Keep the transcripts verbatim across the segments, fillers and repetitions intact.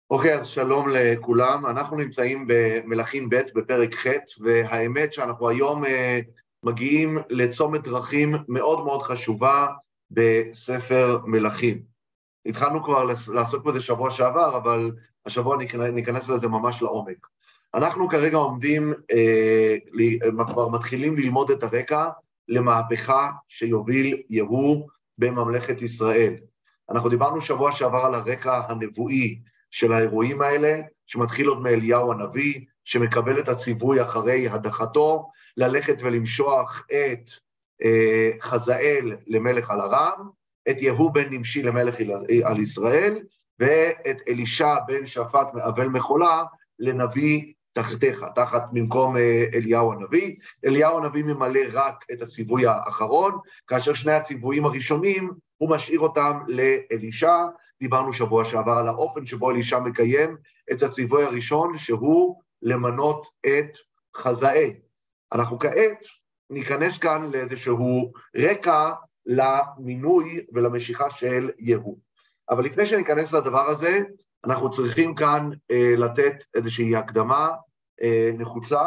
אוקיי, אז שלום לכולם. אנחנו נמצאים במלכים ב' בפרק ח', והאמת שאנחנו היום אה, מגיעים לצומת דרכים מאוד מאוד חשובה בספר מלכים. התחלנו כבר לעסוק בזה שבוע שעבר, אבל השבוע ניכנס לזה ממש לעומק. אנחנו כרגע עומדים, אה, כבר מתחילים ללמוד את הרקע למהפכה שיוביל יהוא בממלכת ישראל. אנחנו דיברנו שבוע שעבר על הרקע הנבואי של האירועים האלה, שמתחיל עוד מאליהו הנביא, שמקבל את הציווי אחרי הדחתו, ללכת ולמשוח את אה, חזאל למלך על ארם, את יהוא בן נמשי למלך על ישראל, ואת אלישע בן שפט מאבל מחולה לנביא תחתיך, תחת במקום אה, אליהו הנביא. אליהו הנביא ממלא רק את הציווי האחרון, כאשר שני הציוויים הראשונים, הוא משאיר אותם לאלישע. דיברנו שבוע שעבר על האופן שבו אלישע מקיים את הציווי הראשון, שהוא למנות את חזאל. אנחנו כעת ניכנס כאן לאיזשהו רקע למינוי ולמשיכה של יהוא. אבל לפני שניכנס לדבר הזה, אנחנו צריכים כאן אה, לתת איזושהי הקדמה אה, נחוצה,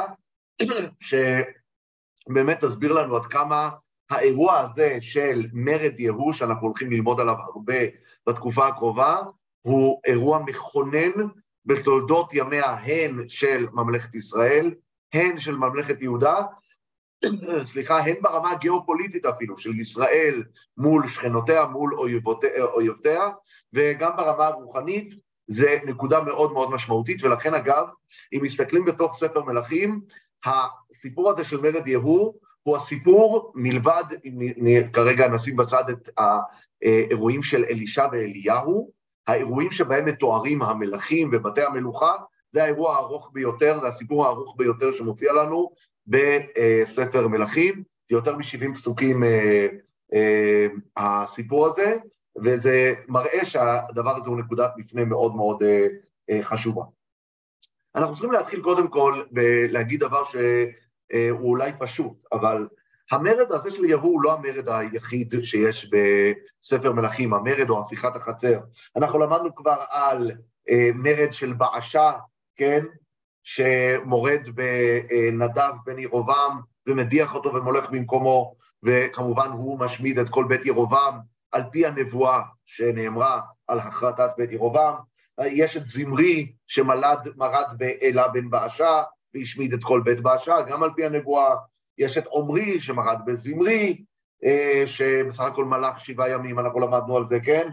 שבאמת תסביר לנו עד כמה האירוע הזה של מרד יהוא, שאנחנו הולכים ללמוד עליו הרבה בתקופה הקרובה, הוא אירוע מכונן בתולדות ימיה הן של ממלכת ישראל, הן של ממלכת יהודה, סליחה, הן ברמה הגיאופוליטית אפילו, של ישראל מול שכנותיה, מול אויבותיה, וגם ברמה הרוחנית, זה נקודה מאוד מאוד משמעותית, ולכן אגב, אם מסתכלים בתוך ספר מלכים, הסיפור הזה של מרד יהוא, הוא הסיפור מלבד, כרגע נשים בצד את האירועים של אלישע ואליהו, האירועים שבהם מתוארים המלכים ובתי המלוכה, זה האירוע הארוך ביותר, זה הסיפור הארוך ביותר שמופיע לנו בספר מלכים, יותר מ-שבעים פסוקים הסיפור הזה, וזה מראה שהדבר הזה הוא נקודת מפנה מאוד מאוד חשובה. אנחנו צריכים להתחיל קודם כל ולהגיד דבר ש... הוא אולי פשוט, אבל המרד הזה של יהוא הוא לא המרד היחיד שיש בספר מלכים, המרד או הפיכת החצר. אנחנו למדנו כבר על מרד של באשה, כן, שמורד בנדב בן ירובעם ומדיח אותו ומולך במקומו, וכמובן הוא משמיד את כל בית ירובעם על פי הנבואה שנאמרה על הכרתת בית ירובעם. יש את זמרי שמלד מרד באלה בן באשה, והשמיד את כל בית באשה, גם על פי הנבואה. יש את עומרי שמרד בזמרי, שבסך הכל מלך שבעה ימים, אנחנו למדנו על זה, כן?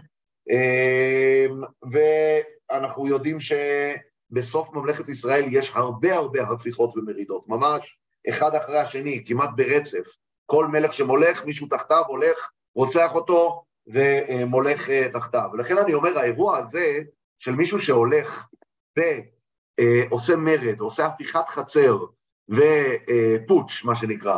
ואנחנו יודעים שבסוף ממלכת ישראל יש הרבה הרבה הפיכות ומרידות, ממש אחד אחרי השני, כמעט ברצף. כל מלך שמולך, מישהו תחתיו הולך, רוצח אותו ומולך תחתיו. ולכן אני אומר, האירוע הזה של מישהו שהולך ו... עושה מרד, עושה הפיכת חצר ופוטש, מה שנקרא,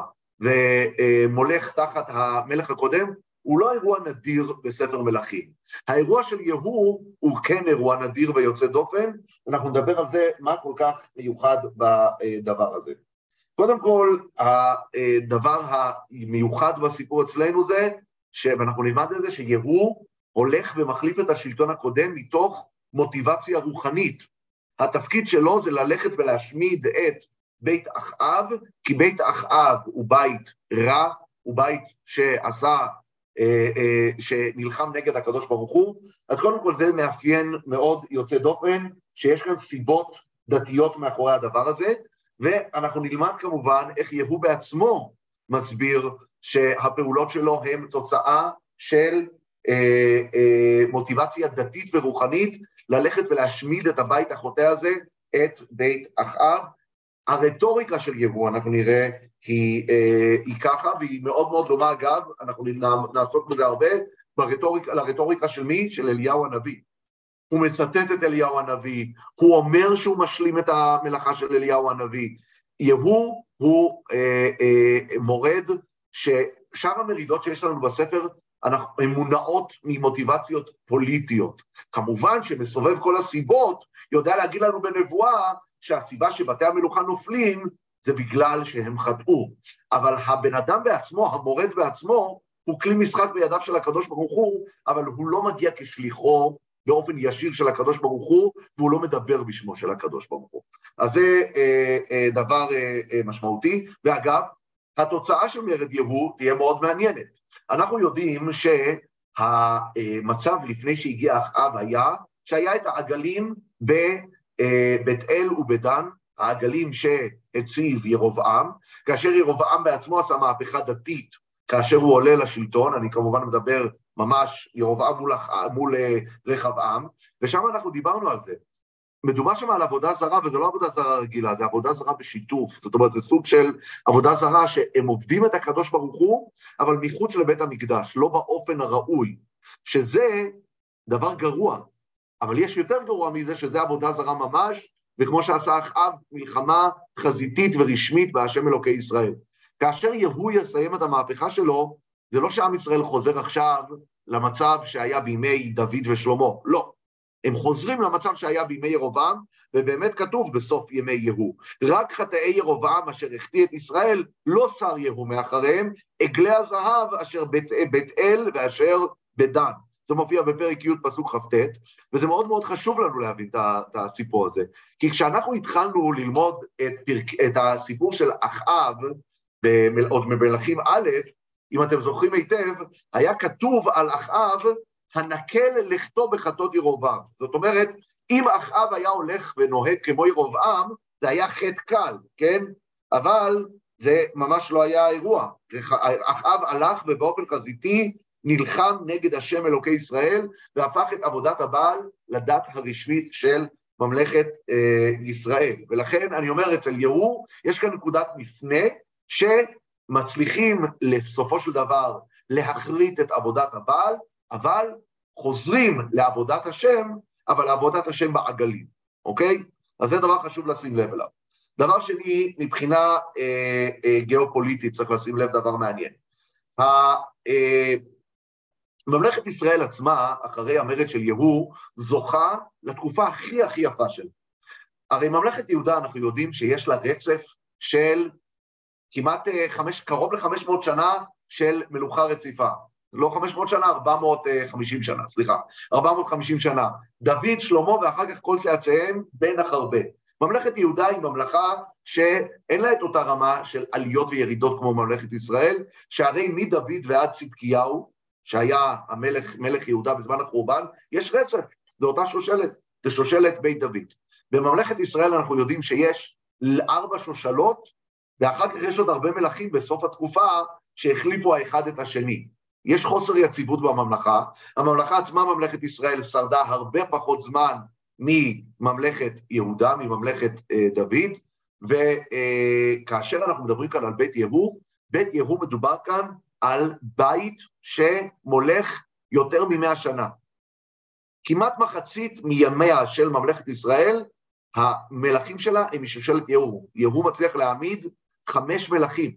ומולך תחת המלך הקודם, הוא לא אירוע נדיר בספר מלכים. האירוע של יהוא הוא כן אירוע נדיר ויוצא דופן, אנחנו נדבר על זה מה כל כך מיוחד בדבר הזה. קודם כל, הדבר המיוחד בסיפור אצלנו זה, ואנחנו נלמד את זה, שיהוא הולך ומחליף את השלטון הקודם מתוך מוטיבציה רוחנית. התפקיד שלו זה ללכת ולהשמיד את בית אחאב, כי בית אחאב הוא בית רע, הוא בית שעשה, אה, אה, שנלחם נגד הקדוש ברוך הוא. אז קודם כל זה מאפיין מאוד יוצא דופן, שיש כאן סיבות דתיות מאחורי הדבר הזה, ואנחנו נלמד כמובן איך יהוא בעצמו מסביר שהפעולות שלו הן תוצאה של אה, אה, מוטיבציה דתית ורוחנית, ללכת ולהשמיד את הבית החוטא הזה, את בית אחאב. הרטוריקה של יהוא, אנחנו נראה, היא, אה, היא ככה, והיא מאוד מאוד דומה, אגב, אנחנו נעסוק בזה הרבה, ברטוריקה, לרטוריקה של מי? של אליהו הנביא. הוא מצטט את אליהו הנביא, הוא אומר שהוא משלים את המלאכה של אליהו הנביא. יהוא הוא אה, אה, מורד, ששאר המרידות שיש לנו בספר, הן מונעות ממוטיבציות פוליטיות. כמובן שמסובב כל הסיבות, יודע להגיד לנו בנבואה, שהסיבה שבתי המלוכה נופלים, זה בגלל שהם חטאו. אבל הבן אדם בעצמו, המורד בעצמו, הוא כלי משחק בידיו של הקדוש ברוך הוא, אבל הוא לא מגיע כשליחו באופן ישיר של הקדוש ברוך הוא, והוא לא מדבר בשמו של הקדוש ברוך הוא. אז זה אה, אה, דבר אה, אה, משמעותי, ואגב, התוצאה של מרד יהוא תהיה מאוד מעניינת. אנחנו יודעים שהמצב לפני שהגיע אחאב היה, שהיה את העגלים בבית אל ובדן, העגלים שהציב ירובעם, כאשר ירובעם בעצמו עשה מהפכה דתית, כאשר הוא עולה לשלטון, אני כמובן מדבר ממש ירובעם מול, מול רחבעם, ושם אנחנו דיברנו על זה. מדובר שם על עבודה זרה, וזה לא עבודה זרה רגילה, זה עבודה זרה בשיתוף, זאת אומרת, זה סוג של עבודה זרה שהם עובדים את הקדוש ברוך הוא, אבל מחוץ לבית המקדש, לא באופן הראוי, שזה דבר גרוע, אבל יש יותר גרוע מזה שזה עבודה זרה ממש, וכמו שעשה אחאב, מלחמה חזיתית ורשמית בהשם אלוקי ישראל. כאשר יהוא יסיים את המהפכה שלו, זה לא שעם ישראל חוזר עכשיו למצב שהיה בימי דוד ושלמה, לא. הם חוזרים למצב שהיה בימי ירובעם, ובאמת כתוב בסוף ימי יהוא. רק חטאי ירובעם אשר החטיא את ישראל, לא שר יהוא מאחריהם, עגלי הזהב אשר בית, בית אל ואשר בדן. זה מופיע בפרק י' פסוק כ"ט, וזה מאוד מאוד חשוב לנו להבין את הסיפור הזה. כי כשאנחנו התחלנו ללמוד את, פרק, את הסיפור של אחאב, עוד ממלכים א', אם אתם זוכרים היטב, היה כתוב על אחאב, הנקל לכתוב בחטאות ירובעם. זאת אומרת, אם אחאב היה הולך ונוהג כמו ירובעם, זה היה חטא קל, כן? אבל זה ממש לא היה האירוע. אחאב הלך ובאופן חזיתי נלחם נגד השם אלוקי ישראל, והפך את עבודת הבעל לדת הרשמית של ממלכת אה, ישראל. ולכן אני אומר, אצל יהוא, יש כאן נקודת מפנה, שמצליחים לסופו של דבר להחריט את עבודת הבעל, אבל חוזרים לעבודת השם, אבל לעבודת השם בעגלים, אוקיי? אז זה דבר חשוב לשים לב אליו. דבר שני, מבחינה אה, אה, גיאופוליטית, צריך לשים לב דבר מעניין. ה, אה, ממלכת ישראל עצמה, אחרי המרד של יהוא, זוכה לתקופה הכי הכי יפה שלה. הרי ממלכת יהודה, אנחנו יודעים שיש לה רצף של כמעט חמש, קרוב ל-חמש מאות שנה של מלוכה רציפה. לא חמש מאות שנה, ארבע מאות וחמישים שנה, סליחה, ארבע מאות וחמישים שנה. דוד, שלמה ואחר כך כל צאצאיהם בן אחרבה. ממלכת יהודה היא ממלכה שאין לה את אותה רמה של עליות וירידות כמו ממלכת ישראל, שהרי מדוד ועד צדקיהו, שהיה המלך, מלך יהודה בזמן החורבן, יש רצף, זו אותה שושלת, זה שושלת בית דוד. בממלכת ישראל אנחנו יודעים שיש ארבע שושלות, ואחר כך יש עוד הרבה מלכים בסוף התקופה שהחליפו האחד את השני. יש חוסר יציבות בממלכה, הממלכה עצמה, ממלכת ישראל, שרדה הרבה פחות זמן מממלכת יהודה, מממלכת אה, דוד, וכאשר אה, אנחנו מדברים כאן על בית יהוא, בית יהוא מדובר כאן על בית שמולך יותר ממאה שנה. כמעט מחצית מימיה של ממלכת ישראל, המלכים שלה הם משושלת יהוא. יהוא מצליח להעמיד חמש מלכים,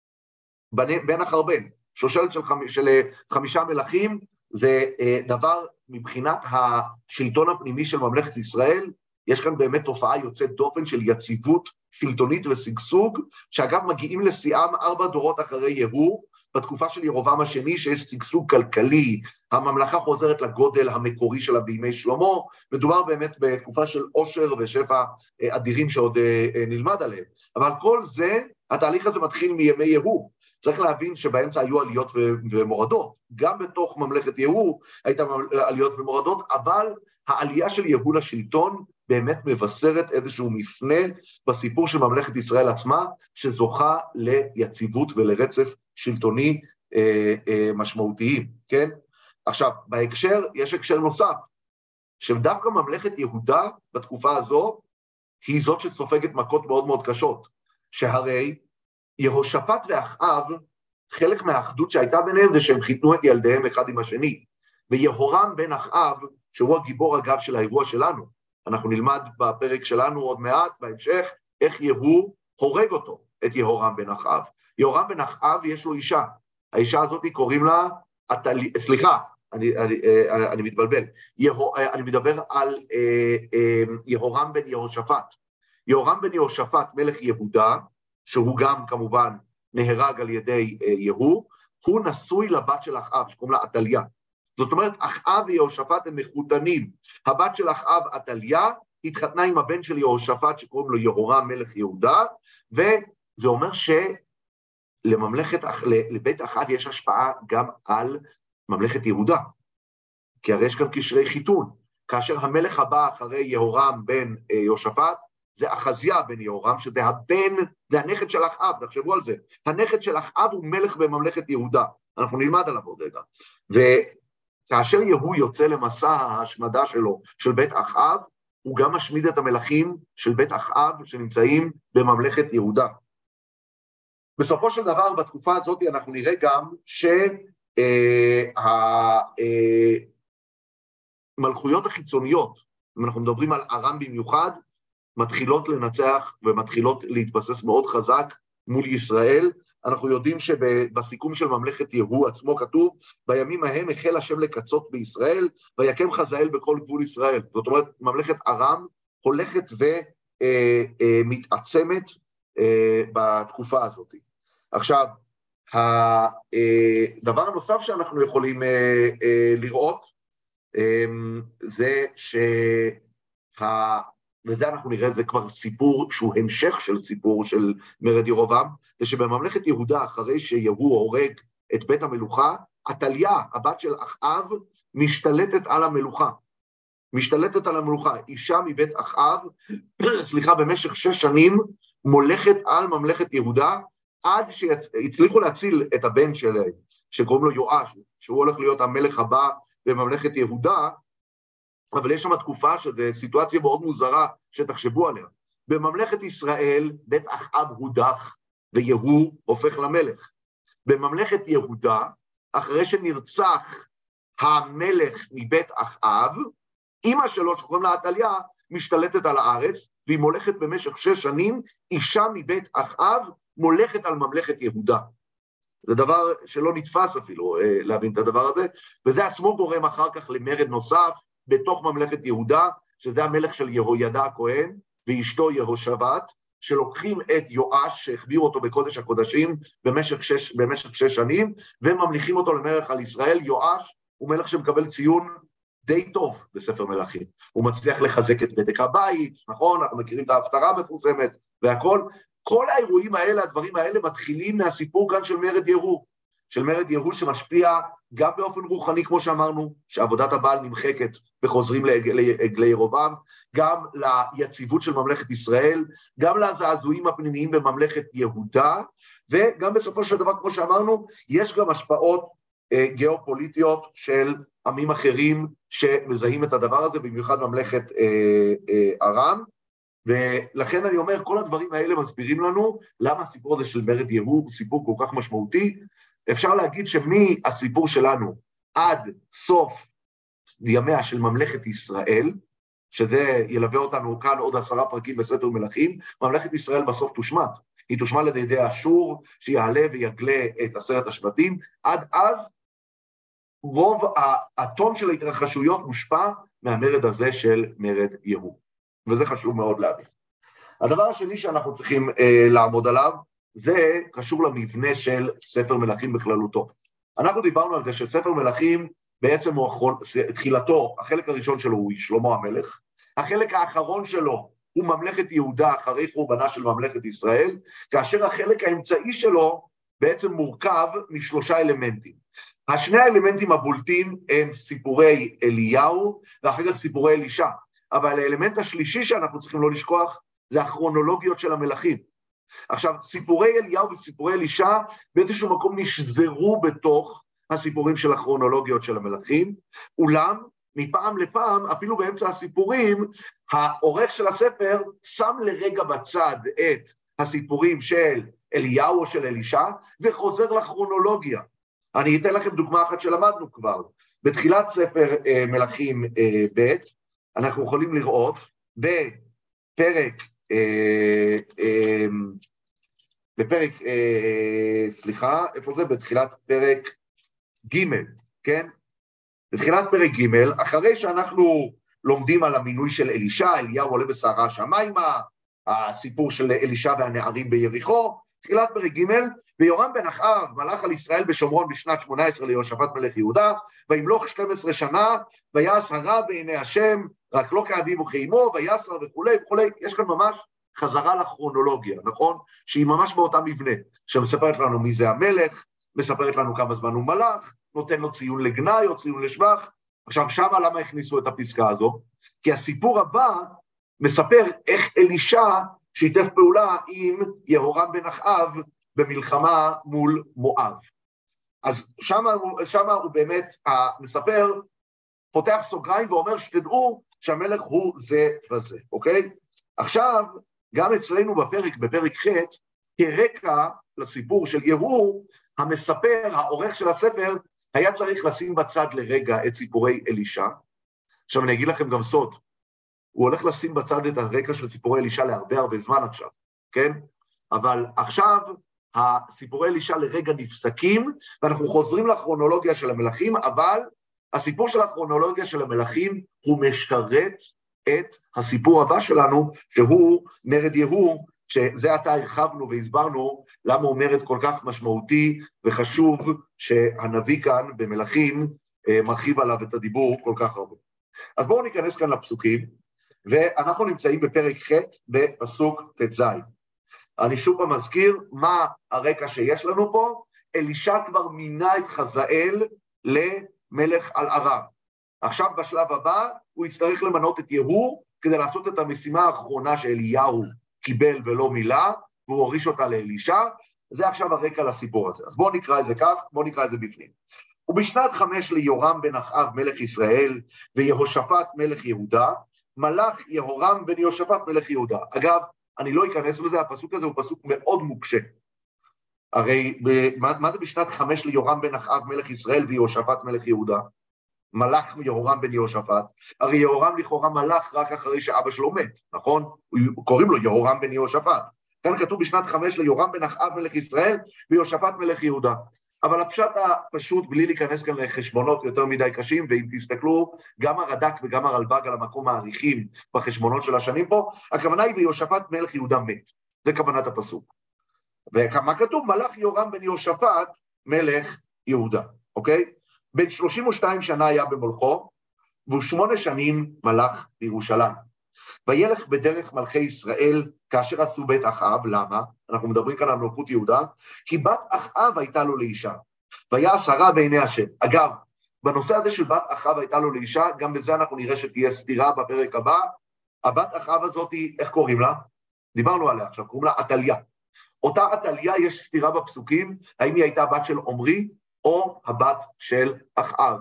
בין החרבן, שושלת של, חמש, של חמישה מלכים, זה דבר מבחינת השלטון הפנימי של ממלכת ישראל, יש כאן באמת תופעה יוצאת דופן של יציבות שלטונית וסגסוג, שאגב מגיעים לשיאם ארבע דורות אחרי יהוא, בתקופה של ירובעם השני, שיש שגשוג כלכלי, הממלכה חוזרת לגודל המקורי שלה בימי שלמה, מדובר באמת בתקופה של עושר ושפע אדירים שעוד נלמד עליהם. אבל כל זה, התהליך הזה מתחיל מימי יהוא. צריך להבין שבאמצע היו עליות ומורדות, גם בתוך ממלכת יהוא הייתה עליות ומורדות, אבל העלייה של יהוא לשלטון באמת מבשרת איזשהו מפנה בסיפור של ממלכת ישראל עצמה, שזוכה ליציבות ולרצף שלטוני אה, אה, משמעותיים, כן? עכשיו, בהקשר, יש הקשר נוסף, שדווקא ממלכת יהודה בתקופה הזו, היא זאת שסופגת מכות מאוד מאוד קשות, שהרי יהושפט ואחאב, חלק מהאחדות שהייתה ביניהם זה שהם חיתנו את ילדיהם אחד עם השני, ויהורם בן אחאב, שהוא הגיבור אגב של האירוע שלנו, אנחנו נלמד בפרק שלנו עוד מעט, בהמשך, איך יהוא הורג אותו, את יהורם בן אחאב. יהורם בן אחאב יש לו אישה, האישה הזאת קוראים לה, התלי, סליחה, אני, אני, אני, אני מתבלבל, יהו, אני מדבר על אה, אה, יהורם בן יהושפט. יהורם בן יהושפט, מלך יהודה, שהוא גם כמובן נהרג על ידי אה, יהוא, הוא נשוי לבת של אחאב, שקוראים לה עתליה. זאת אומרת, אחאב ויהושפט הם מחותנים. הבת של אחאב עתליה התחתנה עם הבן של יהושפט שקוראים לו יהורם מלך יהודה, וזה אומר שלממלכת, לבית אחאב יש השפעה גם על ממלכת יהודה, כי הרי יש כאן קשרי חיתון, כאשר המלך הבא אחרי יהורם בן יהושפט, זה אחזיה בן יהורם, שזה הבן, זה הנכד של אחאב, תחשבו על זה, הנכד של אחאב הוא מלך בממלכת יהודה, אנחנו נלמד עליו עוד רגע, וכאשר יהוא יוצא למסע ההשמדה שלו, של בית אחאב, הוא גם משמיד את המלכים של בית אחאב, שנמצאים בממלכת יהודה. בסופו של דבר, בתקופה הזאת, אנחנו נראה גם שהמלכויות החיצוניות, אם אנחנו מדברים על ארם במיוחד, מתחילות לנצח ומתחילות להתבסס מאוד חזק מול ישראל. אנחנו יודעים שבסיכום של ממלכת יהוא עצמו כתוב, בימים ההם החל השם לקצות בישראל, ויקם חזאל בכל גבול ישראל. זאת אומרת, ממלכת ארם הולכת ומתעצמת בתקופה הזאת. עכשיו, הדבר הנוסף שאנחנו יכולים לראות, זה שה... וזה אנחנו נראה, זה כבר סיפור שהוא המשך של סיפור של מרד ירבעם, זה שבממלכת יהודה, אחרי שיהוא הורג את בית המלוכה, עתליה, הבת של אחאב, משתלטת על המלוכה. משתלטת על המלוכה. אישה מבית אחאב, סליחה, במשך שש שנים, מולכת על ממלכת יהודה, עד שהצליחו להציל את הבן שלהם, שקוראים לו יואש, שהוא הולך להיות המלך הבא בממלכת יהודה, אבל יש שם תקופה שזו סיטואציה מאוד מוזרה שתחשבו עליה. בממלכת ישראל, בית אחאב הודח, ויהוא הופך למלך. בממלכת יהודה, אחרי שנרצח המלך מבית אחאב, אמא שלו, שקוראים לה עתליה, משתלטת על הארץ, והיא מולכת במשך שש שנים, אישה מבית אחאב מולכת על ממלכת יהודה. זה דבר שלא נתפס אפילו להבין את הדבר הזה, וזה עצמו גורם אחר כך למרד נוסף, בתוך ממלכת יהודה, שזה המלך של יהוידע הכהן, ואשתו יהושבט, שלוקחים את יואש, שהחביאו אותו בקודש הקודשים, במשך שש, במשך שש שנים, וממליכים אותו למלך על ישראל. יואש הוא מלך שמקבל ציון די טוב בספר מלכים. הוא מצליח לחזק את בדק הבית, נכון? אנחנו מכירים את ההפטרה המפורסמת, והכל. כל האירועים האלה, הדברים האלה, מתחילים מהסיפור כאן של מרד יהוא. של מרד יהוא שמשפיע גם באופן רוחני, כמו שאמרנו, שעבודת הבעל נמחקת וחוזרים לעגלי ירבעם, גם ליציבות של ממלכת ישראל, גם לזעזועים הפנימיים בממלכת יהודה, וגם בסופו של דבר, כמו שאמרנו, יש גם השפעות אה, גיאופוליטיות של עמים אחרים שמזהים את הדבר הזה, במיוחד ממלכת אה, אה, ארם, ולכן אני אומר, כל הדברים האלה מסבירים לנו למה הסיפור הזה של מרד יהוא הוא סיפור כל כך משמעותי. אפשר להגיד שמהסיפור שלנו עד סוף ימיה של ממלכת ישראל, שזה ילווה אותנו כאן עוד עשרה פרקים בספר מלכים, ממלכת ישראל בסוף תושמד. היא תושמד על ידי אשור, שיעלה ויגלה את עשרת השבטים. עד אז רוב הטון של ההתרחשויות מושפע מהמרד הזה של מרד יהוא. וזה חשוב מאוד להבין. הדבר השני שאנחנו צריכים אה, לעמוד עליו, זה קשור למבנה של ספר מלכים בכללותו. אנחנו דיברנו על זה שספר מלכים בעצם הוא אחרון, תחילתו, החלק הראשון שלו הוא שלמה המלך, החלק האחרון שלו הוא ממלכת יהודה אחרי חורבנה של ממלכת ישראל, כאשר החלק האמצעי שלו בעצם מורכב משלושה אלמנטים. השני האלמנטים הבולטים הם סיפורי אליהו ואחר כך סיפורי אלישע, אבל האלמנט השלישי שאנחנו צריכים לא לשכוח זה הכרונולוגיות של המלכים. עכשיו, סיפורי אליהו וסיפורי אלישע באיזשהו מקום נשזרו בתוך הסיפורים של הכרונולוגיות של המלכים, אולם מפעם לפעם, אפילו באמצע הסיפורים, העורך של הספר שם לרגע בצד את הסיפורים של אליהו או של אלישע, וחוזר לכרונולוגיה. אני אתן לכם דוגמה אחת שלמדנו כבר. בתחילת ספר אה, מלכים אה, ב', אנחנו יכולים לראות בפרק, אה, אה, בפרק, אה, סליחה, איפה זה? בתחילת פרק ג', כן? בתחילת פרק ג', אחרי שאנחנו לומדים על המינוי של אלישע, אליהו עולה בסערה השמיימה, הסיפור של אלישע והנערים ביריחו, תחילת פרק ג', ויורם בן אחאב מלך על ישראל בשומרון בשנת שמונה עשרה ליהושפט מלך יהודה, וימלוך שתים עשרה שנה, ויעש הרע בעיני השם, רק לא כאביו וכאימו, ויסר וכולי וכולי. יש כאן ממש חזרה לכרונולוגיה, נכון? שהיא ממש באותה מבנה, שמספרת לנו מי זה המלך, מספרת לנו כמה זמן הוא מלך, נותן לו ציון לגנאי או ציון לשבח. עכשיו, שמה למה הכניסו את הפסקה הזו? כי הסיפור הבא מספר איך אלישע שיתף פעולה עם יהורם בן אחאב במלחמה מול מואב. אז שמה, שמה הוא באמת, המספר פותח סוגריים ואומר שתדעו שהמלך הוא זה וזה, אוקיי? עכשיו, גם אצלנו בפרק, בפרק ח', כרקע לסיפור של יהוא, המספר, העורך של הספר, היה צריך לשים בצד לרגע את סיפורי אלישע. עכשיו אני אגיד לכם גם סוד, הוא הולך לשים בצד את הרקע של סיפורי אלישע להרבה הרבה זמן עכשיו, כן? אבל עכשיו הסיפורי אלישע לרגע נפסקים, ואנחנו חוזרים לכרונולוגיה של המלכים, אבל הסיפור של הכרונולוגיה של המלכים הוא משרת את הסיפור הבא שלנו, שהוא מרד יהוא, שזה עתה הרחבנו והסברנו למה הוא מרד כל כך משמעותי וחשוב שהנביא כאן במלכים מרחיב עליו את הדיבור כל כך הרבה. אז בואו ניכנס כאן לפסוקים, ואנחנו נמצאים בפרק ח' בפסוק ת' ז'. אני שוב פעם מזכיר מה הרקע שיש לנו פה. אלישע כבר מינה את חזאל למלך על ארם. עכשיו בשלב הבא הוא יצטרך למנות את יהוא כדי לעשות את המשימה האחרונה שאליהו קיבל ולא מילה, והוא הוריש אותה לאלישע. זה עכשיו הרקע לסיפור הזה. אז בואו נקרא את זה כך, בואו נקרא את זה בפנים. ובשנת חמש ליורם בן אחאב מלך ישראל, ויהושפט מלך יהודה, מלך יהורם בן יהושפט מלך יהודה. אגב, אני לא אכנס לזה, הפסוק הזה הוא פסוק מאוד מוקשה. הרי מה, מה זה בשנת חמש ליורם בן אחאב מלך ישראל ויהושפט מלך יהודה? מלך יהורם בן יהושפט, הרי יהורם לכאורה מלך רק אחרי שאבא שלו מת, נכון? קוראים לו יהורם בן יהושפט. כאן כתוב בשנת חמש ליורם בן אחאב מלך ישראל ויהושפט מלך יהודה. אבל הפשט הפשוט, בלי להיכנס כאן לחשבונות יותר מדי קשים, ואם תסתכלו, גם הרד"ק וגם הרלב"ג על המקום מעריכים בחשבונות של השנים פה, הכוונה היא ויהושפט מלך יהודה מת. זה כוונת הפסוק. וכמה כתוב? מלך יהורם בן יהושפט מלך יהודה, אוקיי? בן שלושים ושתיים שנה היה במולכו, והוא שמונה שנים מלך בירושלים. וילך בדרך מלכי ישראל כאשר עשו בית אחאב. למה? אנחנו מדברים כאן על מלכות יהודה, כי בת אחאב הייתה לו לאישה, ויעש הרע בעיני השם. אגב, בנושא הזה של בת אחאב הייתה לו לאישה, גם בזה אנחנו נראה שתהיה סתירה בפרק הבא. הבת אחאב הזאת, איך קוראים לה? דיברנו עליה עכשיו, קוראים לה עתליה. אותה עתליה יש סתירה בפסוקים, האם היא הייתה הבת של עומרי, או הבת של אחאב.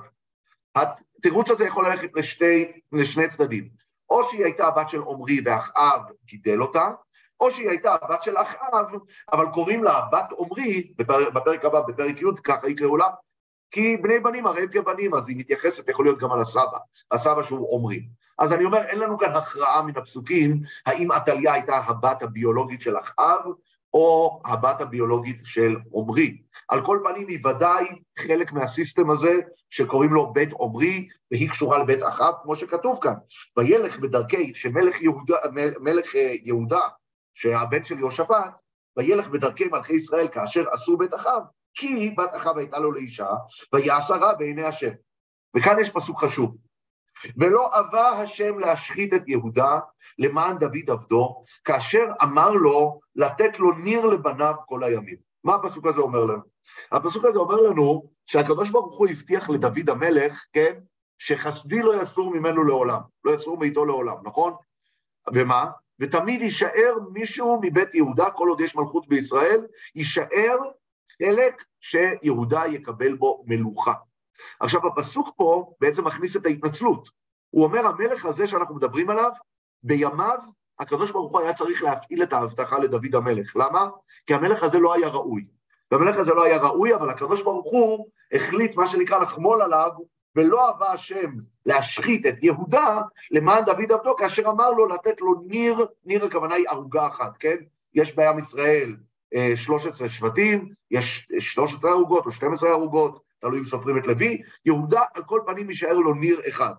התירוץ הזה יכול ללכת לשתי, לשני צדדים. או שהיא הייתה הבת של עומרי ואחאב גידל אותה, או שהיא הייתה הבת של אחאב, אבל קוראים לה בת עומרי, בפרק, בפרק הבא, בפרק י', ככה יקראו לה, כי בני בנים הרי הם כבנים, אז היא מתייחסת, יכול להיות גם על הסבא, הסבא שהוא עומרי. אז אני אומר, אין לנו כאן הכרעה מן הפסוקים, האם עתליה הייתה הבת הביולוגית של אחאב, או הבת הביולוגית של עומרי. על כל פנים היא ודאי חלק מהסיסטם הזה, שקוראים לו בית עומרי, והיא קשורה לבית אחאב, כמו שכתוב כאן. וילך בדרכי, שמלך יהודה, מלך יהודה, שהבן של יהושפט, וילך בדרכי מלכי ישראל, כאשר עשו בית אחאב, כי בת אחאב הייתה לו לאישה, ויעש הרע בעיני השם. וכאן יש פסוק חשוב. ולא אבה השם להשחית את יהודה למען דוד עבדו, כאשר אמר לו לתת לו ניר לבניו כל הימים. מה הפסוק הזה אומר לנו? הפסוק הזה אומר לנו שהקדוש ברוך הוא הבטיח לדוד המלך, כן, שחסדי לא יסור ממנו לעולם, לא יסור מאיתו לעולם, נכון? ומה? ותמיד יישאר מישהו מבית יהודה, כל עוד יש מלכות בישראל, יישאר חלק שיהודה יקבל בו מלוכה. עכשיו הפסוק פה בעצם מכניס את ההתנצלות. הוא אומר, המלך הזה שאנחנו מדברים עליו, בימיו הקדוש ברוך הוא היה צריך להפעיל את ההבטחה לדוד המלך. למה? כי המלך הזה לא היה ראוי. והמלך הזה לא היה ראוי, אבל הקדוש ברוך הוא החליט מה שנקרא לחמול עליו, ולא אהבה השם להשחית את יהודה למען דוד עבדו, כאשר אמר לו לתת לו ניר, ניר הכוונה היא ערוגה אחת, כן? יש בעם ישראל שלושה עשר שבטים, יש שלוש עשרה ערוגות או שתים עשרה ערוגות, תלוי אם סופרים את לוי, יהודה על כל פנים יישאר לו ניר אחד.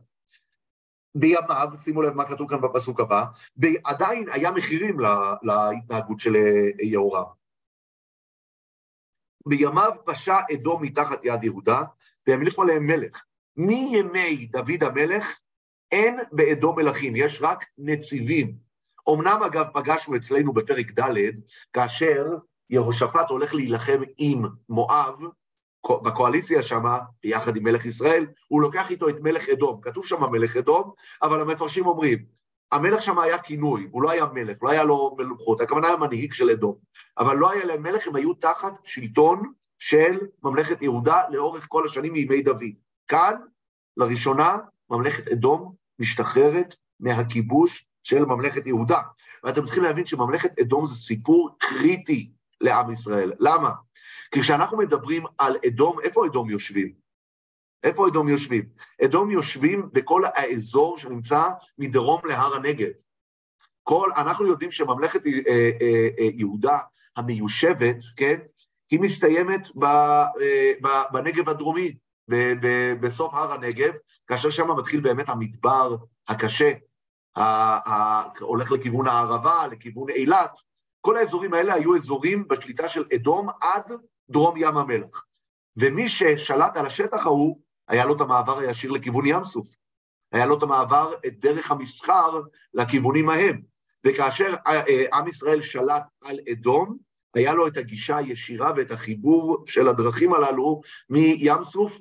בימיו, שימו לב מה כתוב כאן בפסוק הבא, עדיין היה מחירים להתנהגות של יהורם. בימיו פשע אדום מתחת יד יהודה, והמליכו עליהם מלך. מימי דוד המלך, אין באדום מלכים, יש רק נציבים. אמנם אגב פגשנו אצלנו בפרק ד', כאשר יהושפט הולך להילחם עם מואב, בקואליציה שמה, יחד עם מלך ישראל, הוא לוקח איתו את מלך אדום, כתוב שם מלך אדום, אבל המפרשים אומרים, המלך שם היה כינוי, הוא לא היה מלך, לא היה לו מלוכות, הכוונה היה מנהיג של אדום, אבל לא היה להם מלך, הם היו תחת שלטון של ממלכת יהודה לאורך כל השנים מימי דוד. כאן, לראשונה, ממלכת אדום משתחררת מהכיבוש של ממלכת יהודה. ואתם צריכים להבין שממלכת אדום זה סיפור קריטי לעם ישראל. למה? כי כשאנחנו מדברים על אדום, איפה אדום יושבים? איפה אדום יושבים? אדום יושבים בכל האזור שנמצא מדרום להר הנגב. כל, אנחנו יודעים שממלכת אה, אה, אה, יהודה המיושבת, כן, היא מסתיימת ב, אה, ב, בנגב הדרומי, ב, ב, בסוף הר הנגב, כאשר שם מתחיל באמת המדבר הקשה, ה, ה, הולך לכיוון הערבה, לכיוון אילת, כל האזורים האלה היו אזורים בשליטה של אדום עד דרום ים המלח. ומי ששלט על השטח ההוא, היה לו את המעבר הישיר לכיוון ים סוף. היה לו את המעבר, את דרך המסחר לכיוונים ההם. וכאשר עם ישראל שלט על אדום, היה לו את הגישה הישירה ואת החיבור של הדרכים הללו מים סוף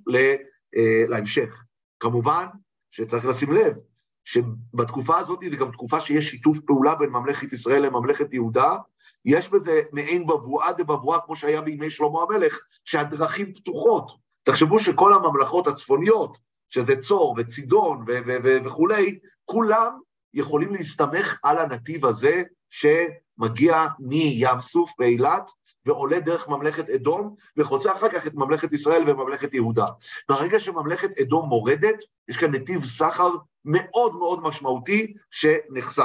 להמשך. כמובן שצריך לשים לב, שבתקופה הזאת זה גם תקופה שיש שיתוף פעולה בין ממלכת ישראל לממלכת יהודה, יש בזה מעין בבואה דבבואה כמו שהיה בימי שלמה המלך, שהדרכים פתוחות. תחשבו שכל הממלכות הצפוניות, שזה צור וצידון וכו', כולם יכולים להסתמך על הנתיב הזה שמגיע מים סוף באילת, ועולה דרך ממלכת אדום, וחוצה אחר כך את ממלכת ישראל וממלכת יהודה. ברגע שממלכת אדום מורדת, יש כאן נתיב סחר מאוד מאוד משמעותי שנחסם.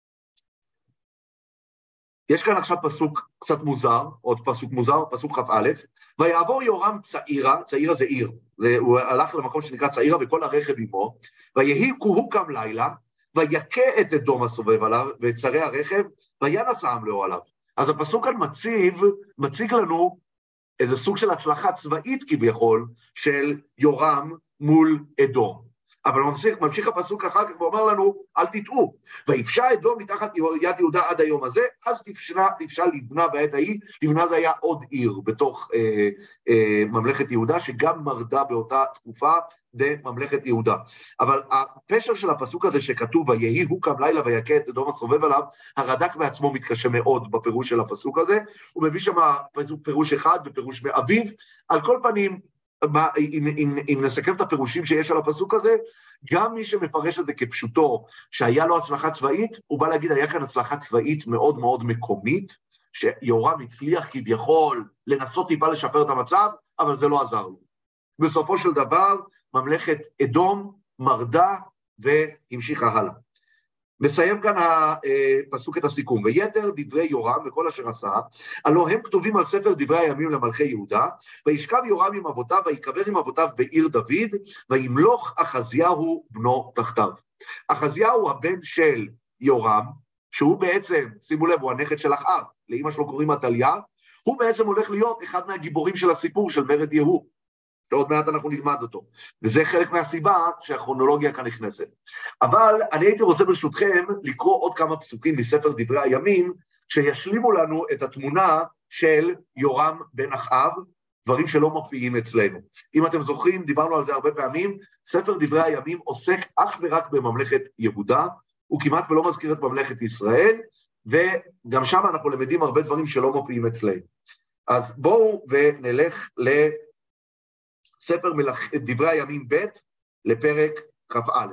יש כאן עכשיו פסוק קצת מוזר, עוד פסוק מוזר, פסוק כ"א, ויעבור יורם צעירה, צעירה זה עיר, זה, הוא הלך למקום שנקרא צעירה וכל הרכב עמו, ויהי הוא קם לילה, ויקה את אדום הסובב עליו, ואת שרי הרכב, וינס העם לאוהליו. אז הפסוק כאן מציב, מציג לנו איזה סוג של הצלחה צבאית כביכול, של יורם מול אדום. אבל ממשיך, ממשיך הפסוק אחר כך ואומר לנו, אל תטעו, ויפשע אדום מתחת יד יהודה עד היום הזה, אז תפשע, תפשע לבנה בעת ההיא, לבנה זה היה עוד עיר בתוך אה, אה, ממלכת יהודה, שגם מרדה באותה תקופה בממלכת יהודה. אבל הפשר של הפסוק הזה שכתוב, ויהי הוא קם לילה ויקה את אדום הסובב עליו, הרד"ק בעצמו מתקשה מאוד בפירוש של הפסוק הזה, הוא מביא שם פירוש אחד ופירוש מאביו, על כל פנים, מה, אם, אם, אם נסכם את הפירושים שיש על הפסוק הזה, גם מי שמפרש את זה כפשוטו, שהיה לו הצלחה צבאית, הוא בא להגיד, היה כאן הצלחה צבאית מאוד מאוד מקומית, שיורם הצליח כביכול לנסות טיפה לשפר את המצב, אבל זה לא עזר לו. בסופו של דבר, ממלכת אדום מרדה והמשיכה הלאה. מסיים כאן הפסוק את הסיכום, ויתר דברי יורם וכל אשר עשה, הלא הם כתובים על ספר דברי הימים למלכי יהודה, וישכב יורם עם אבותיו, ויקבר עם אבותיו בעיר דוד, וימלוך אחזיהו בנו תחתיו. אחזיהו הבן של יורם, שהוא בעצם, שימו לב, הוא הנכד של אחאב, לאמא שלו קוראים עתליה, הוא בעצם הולך להיות אחד מהגיבורים של הסיפור של מרד יהוא. שעוד מעט אנחנו נלמד אותו, וזה חלק מהסיבה שהכרונולוגיה כאן נכנסת. אבל אני הייתי רוצה ברשותכם לקרוא עוד כמה פסוקים מספר דברי הימים, שישלימו לנו את התמונה של יורם בן אחאב, דברים שלא מופיעים אצלנו. אם אתם זוכרים, דיברנו על זה הרבה פעמים, ספר דברי הימים עוסק אך ורק בממלכת יהודה, הוא כמעט ולא מזכיר את ממלכת ישראל, וגם שם אנחנו למדים הרבה דברים שלא מופיעים אצלנו. אז בואו ונלך ל... ספר מלאכ... דברי הימים ב' לפרק כ"א.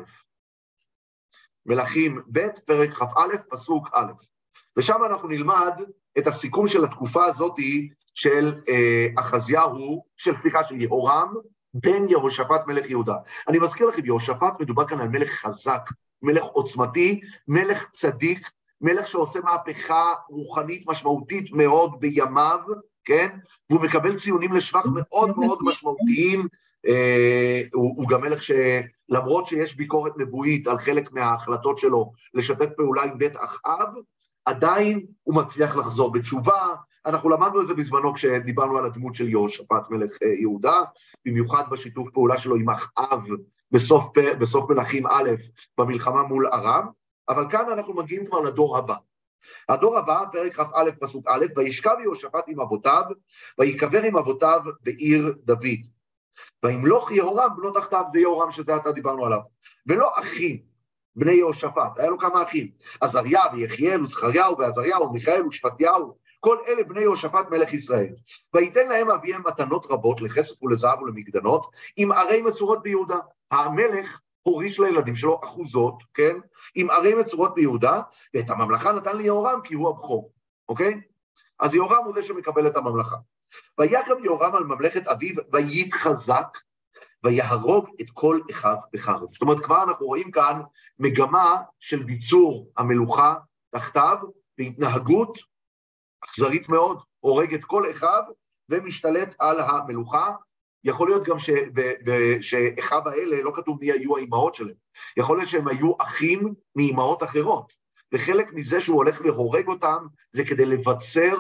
מלכים ב' פרק כ"א פסוק א'. ושם אנחנו נלמד את הסיכום של התקופה הזאת של אה, אחזיהו, של סליחה של יהורם, בן יהושפט מלך יהודה. אני מזכיר לכם, יהושפט מדובר כאן על מלך חזק, מלך עוצמתי, מלך צדיק, מלך שעושה מהפכה רוחנית משמעותית מאוד בימיו, כן? והוא מקבל ציונים לשבח מאוד מאוד משמעותיים, אה, הוא, הוא גם מלך שלמרות שיש ביקורת נבואית על חלק מההחלטות שלו לשתף פעולה עם בית אחאב, עדיין הוא מצליח לחזור בתשובה, אנחנו למדנו את זה בזמנו כשדיברנו על הדמות של יהושפט מלך יהודה, במיוחד בשיתוף פעולה שלו עם אחאב בסוף, בסוף מלכים א' במלחמה מול ארם, אבל כאן אנחנו מגיעים כבר לדור הבא. הדור הבא, פרק כ"א פסוק א', וישכב יהושפט עם אבותיו, ויקבר עם אבותיו בעיר דוד. וימלוך יהורם בנו תחתיו, זה יהורם שזה עתה דיברנו עליו, ולא אחים, בני יהושפט, היה לו כמה אחים, עזריה ויחיאל וזכריהו ועזריהו ומיכאל ושפטיהו, כל אלה בני יהושפט מלך ישראל. ויתן להם אביהם מתנות רבות לכסף ולזהב ולמגדנות, עם ערי מצורות ביהודה. המלך הוריש לילדים שלו אחוזות, כן? עם ערי מצורות ביהודה, ואת הממלכה נתן ליהורם כי הוא הבכור, אוקיי? אז יהורם הוא זה שמקבל את הממלכה. ויקם יהורם על ממלכת אביו, ויתחזק, ויהרוג את כל אחיו בחרב. זאת אומרת, כבר אנחנו רואים כאן מגמה של ביצור המלוכה תחתיו, והתנהגות אכזרית מאוד, הורג את כל אחיו ומשתלט על המלוכה. יכול להיות גם שאחיו האלה, לא כתוב מי היו האימהות שלהם, יכול להיות שהם היו אחים מאימהות אחרות, וחלק מזה שהוא הולך והורג אותם, זה כדי לבצר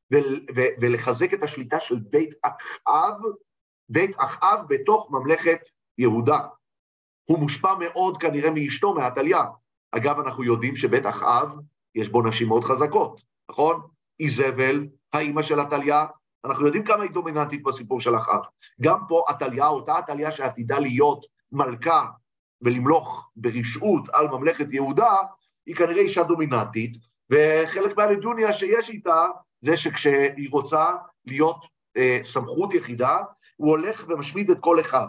ולחזק את השליטה של בית אחאב, בית אחאב בתוך ממלכת יהודה. הוא מושפע מאוד כנראה מאשתו, מעתליה. אגב, אנחנו יודעים שבית אחאב יש בו נשים מאוד חזקות, נכון? איזבל, האימא של עתליה, אנחנו יודעים כמה היא דומיננטית בסיפור של אחאב. גם פה עתליה, אותה עתליה שעתידה להיות מלכה ולמלוך ברשעות על ממלכת יהודה, היא כנראה אישה דומיננטית, וחלק מהנדוניה שיש איתה, זה שכשהיא רוצה להיות אה, סמכות יחידה, הוא הולך ומשמיד את כל אחד,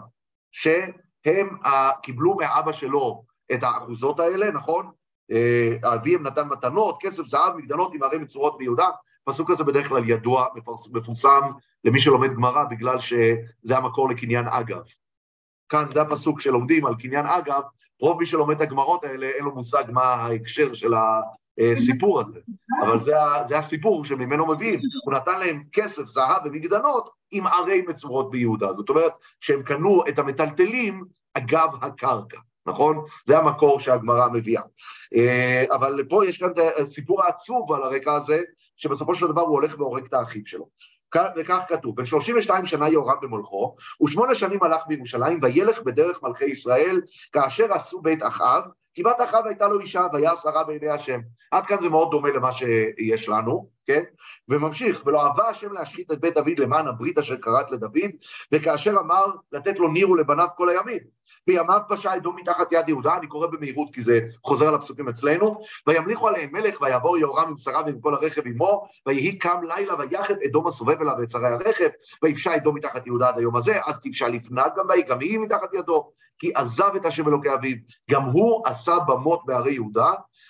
שהם אה, קיבלו מאבא שלו את האחוזות האלה, נכון? אה, אביהם נתן מתנות, כסף, זהב, מגדנות עם ערי מצורות ביהודה, הפסוק הזה בדרך כלל ידוע, מפורסם למי שלומד גמרא, בגלל שזה המקור לקניין אגב. כאן זה הפסוק שלומדים על קניין אגב, רוב מי שלומד את הגמרות האלה, אין לו מושג מה ההקשר של הסיפור הזה, אבל זה, זה הסיפור שממנו מביאים, הוא נתן להם כסף, זהב ומגדנות עם ערי מצורות ביהודה, זאת אומרת שהם קנו את המטלטלים אגב הקרקע, נכון? זה המקור שהגמרא מביאה. אבל פה יש כאן את הסיפור העצוב על הרקע הזה, שבסופו של דבר הוא הולך והורג את האחים שלו. וכך כתוב, בן שלושים ושתיים שנה יהורם במולכו, ושמונה שנים הלך בירושלים, וילך בדרך מלכי ישראל, כאשר עשו בית אחאב, כי בת אחאב הייתה לו אישה, והיה שרה בעיני השם. עד כאן זה מאוד דומה למה שיש לנו, כן? וממשיך, ולא אהבה השם להשחית את בית דוד למען הברית אשר קראת לדוד, וכאשר אמר לתת לו ניר ולבניו כל הימים. בימיו פשע אדום מתחת יד יהודה, אני קורא במהירות כי זה חוזר על הפסוקים אצלנו, וימליכו עליהם מלך, ויעבור יהורם עם שריו ועם כל הרכב עמו, ויהי קם לילה ויחד אדום הסובב אליו ואת שרי הרכב, ויפשע אדום מתחת יהודה עד היום הזה, אז תפשע לפנת גם בה, גם היא מתחת ידו, כי עזב את השם אלוקי אביו, גם הוא עשה במות בערי יהודה,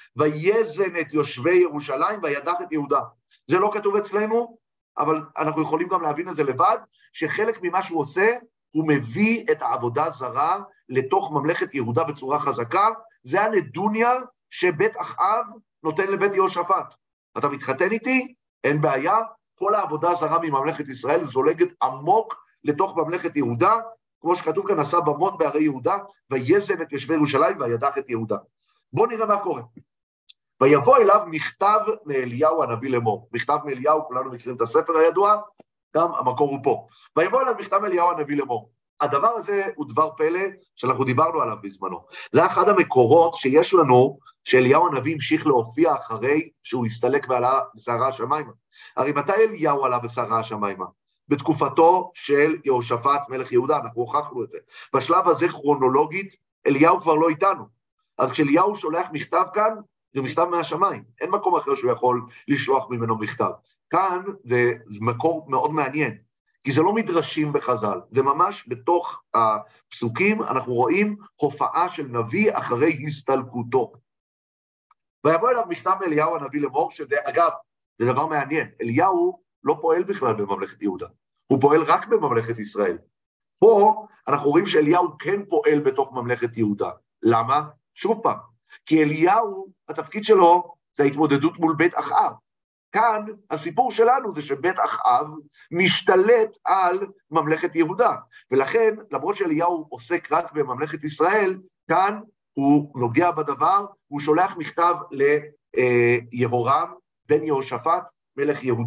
ויזן את יושבי ירושלים וידח את יהודה. זה לא כתוב אצלנו, אבל אנחנו יכולים גם להבין את זה לבד, שחלק ממה שהוא עושה, הוא מביא את העבודה זרה לתוך ממלכת יהודה בצורה חזקה, זה הנדוניה שבית אחאב נותן לבית יהושפט. אתה מתחתן איתי? אין בעיה, כל העבודה הזרה מממלכת ישראל זולגת עמוק לתוך ממלכת יהודה, כמו שכתוב כאן, עשה במות בערי יהודה, ויזן את יושבי ירושלים וידח את יהודה. בואו נראה מה קורה. ויבוא אליו מכתב מאליהו הנביא לאמור. מכתב מאליהו, כולנו מכירים את הספר הידוע, גם המקור הוא פה. ויבוא אליו מכתב מאליהו הנביא לאמור. הדבר הזה הוא דבר פלא שאנחנו דיברנו עליו בזמנו. זה אחד המקורות שיש לנו, שאליהו הנביא המשיך להופיע אחרי שהוא הסתלק ועלה בסערה השמיימה. הרי מתי אליהו עלה בסערה השמיימה? בתקופתו של יהושפט מלך יהודה, אנחנו הוכחנו את זה. בשלב הזה כרונולוגית, אליהו כבר לא איתנו. אז כשאליהו שולח מכתב כאן, זה מכתב מהשמיים, אין מקום אחר שהוא יכול לשלוח ממנו מכתב. כאן זה מקור מאוד מעניין, כי זה לא מדרשים בחז"ל, זה ממש בתוך הפסוקים, אנחנו רואים הופעה של נביא אחרי הסתלקותו. ויבוא אליו מכתב מאליהו הנביא לאמור, שזה אגב, זה דבר מעניין, אליהו לא פועל בכלל בממלכת יהודה, הוא פועל רק בממלכת ישראל. פה אנחנו רואים שאליהו כן פועל בתוך ממלכת יהודה. למה? שוב פעם, כי אליהו, התפקיד שלו זה ההתמודדות מול בית אחאב. כאן הסיפור שלנו זה שבית אחאב משתלט על ממלכת יהודה, ולכן למרות שאליהו עוסק רק בממלכת ישראל, כאן הוא נוגע בדבר, הוא שולח מכתב ליהורם בן יהושפט, מלך יהודה,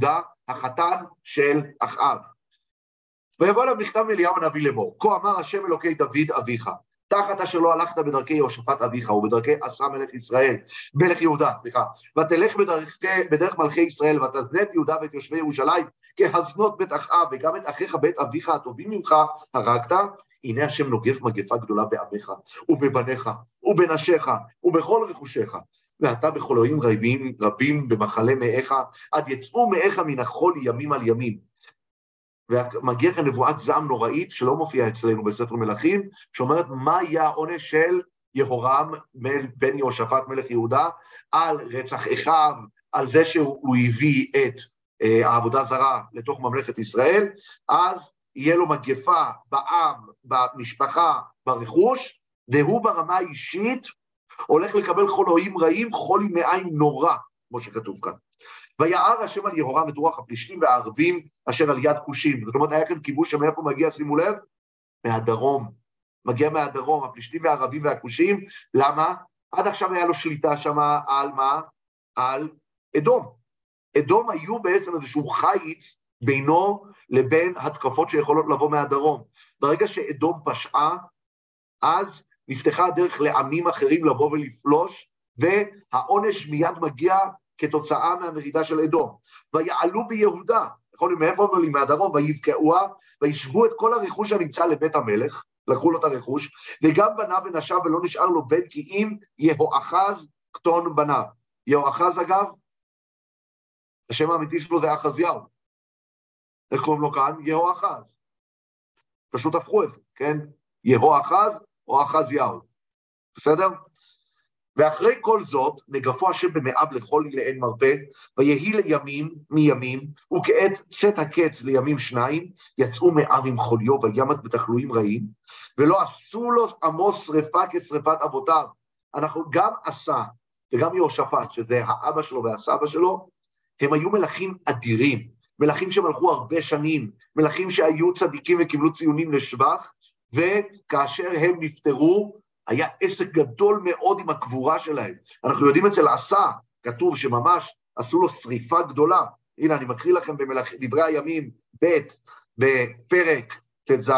החתן של אחאב. ויבוא אליו מכתב מאליהו הנביא לאמור, כה אמר השם אלוקי דוד אביך, תחת אשר לא הלכת בדרכי יהושפט אביך, ובדרכי עשה מלך ישראל, מלך יהודה, סליחה, ותלך בדרכי, בדרך מלכי ישראל, ותזנה את יהודה ואת יושבי ירושלים, כהזנות בית אחאב, וגם את אחיך בית אביך הטובים ממך, הרגת, הנה השם נוגף מגפה גדולה בעמך, ובבניך, ובנשיך, ובכל רכושך, ואתה בחולאים רבים, רבים במחלה מאיך, עד יצאו מאיך מן החול ימים על ימים. ומגיע כאן נבואת זעם נוראית, שלא מופיעה אצלנו בספר מלכים, שאומרת מה היה העונש של יהורם בן יהושפט מלך יהודה, על רצח אחיו, על זה שהוא הביא את אה, העבודה זרה לתוך ממלכת ישראל, אז יהיה לו מגפה בעם, במשפחה, ברכוש, והוא ברמה האישית הולך לקבל חולאים רעים, חולי מעין נורא, כמו שכתוב כאן. ויער השם על יהורם את רוח הפלישתים והערבים אשר על יד כושים. זאת אומרת, היה כאן כיבוש שמאיפה מגיע, שימו לב? מהדרום. מגיע מהדרום, הפלישתים והערבים והכושים. למה? עד עכשיו היה לו שליטה שם על מה? על אדום. אדום היו בעצם איזשהו חיץ בינו לבין התקפות שיכולות לבוא מהדרום. ברגע שאדום פשעה, אז נפתחה הדרך לעמים אחרים לבוא ולפלוש, והעונש מיד מגיע כתוצאה מהמרידה של אדום. ויעלו ביהודה, יכול להיות מאיפה עולים מהדרום, ויבקעוה, וישבו את כל הרכוש הנמצא לבית המלך, לקחו לו את הרכוש, וגם בניו ונשיו ולא נשאר לו בן, כי אם יהואחז קטון בניו. יהואחז אגב, השם האמיתי שלו זה אחזיהו. איך קוראים לו כאן? יהואחז. פשוט הפכו את זה, כן? יהואחז או אחזיהו. בסדר? ואחרי כל זאת, נגפו השם במאב לכל לאין מרפא, ויהי לימים מימים, וכעת צאת הקץ לימים שניים, יצאו מאב עם חוליו, וימת בתחלואים רעים, ולא עשו לו עמו שרפה כשרפת אבותיו. אנחנו גם עשה, וגם יהושפט, שזה האבא שלו והסבא שלו, הם היו מלכים אדירים, מלכים שמלכו הרבה שנים, מלכים שהיו צדיקים וקיבלו ציונים לשבח, וכאשר הם נפטרו, היה עסק גדול מאוד עם הקבורה שלהם. אנחנו יודעים אצל עשה, כתוב שממש עשו לו שריפה גדולה. הנה, אני מקריא לכם במלאכ... דברי הימים, ב' בפרק ט"ז,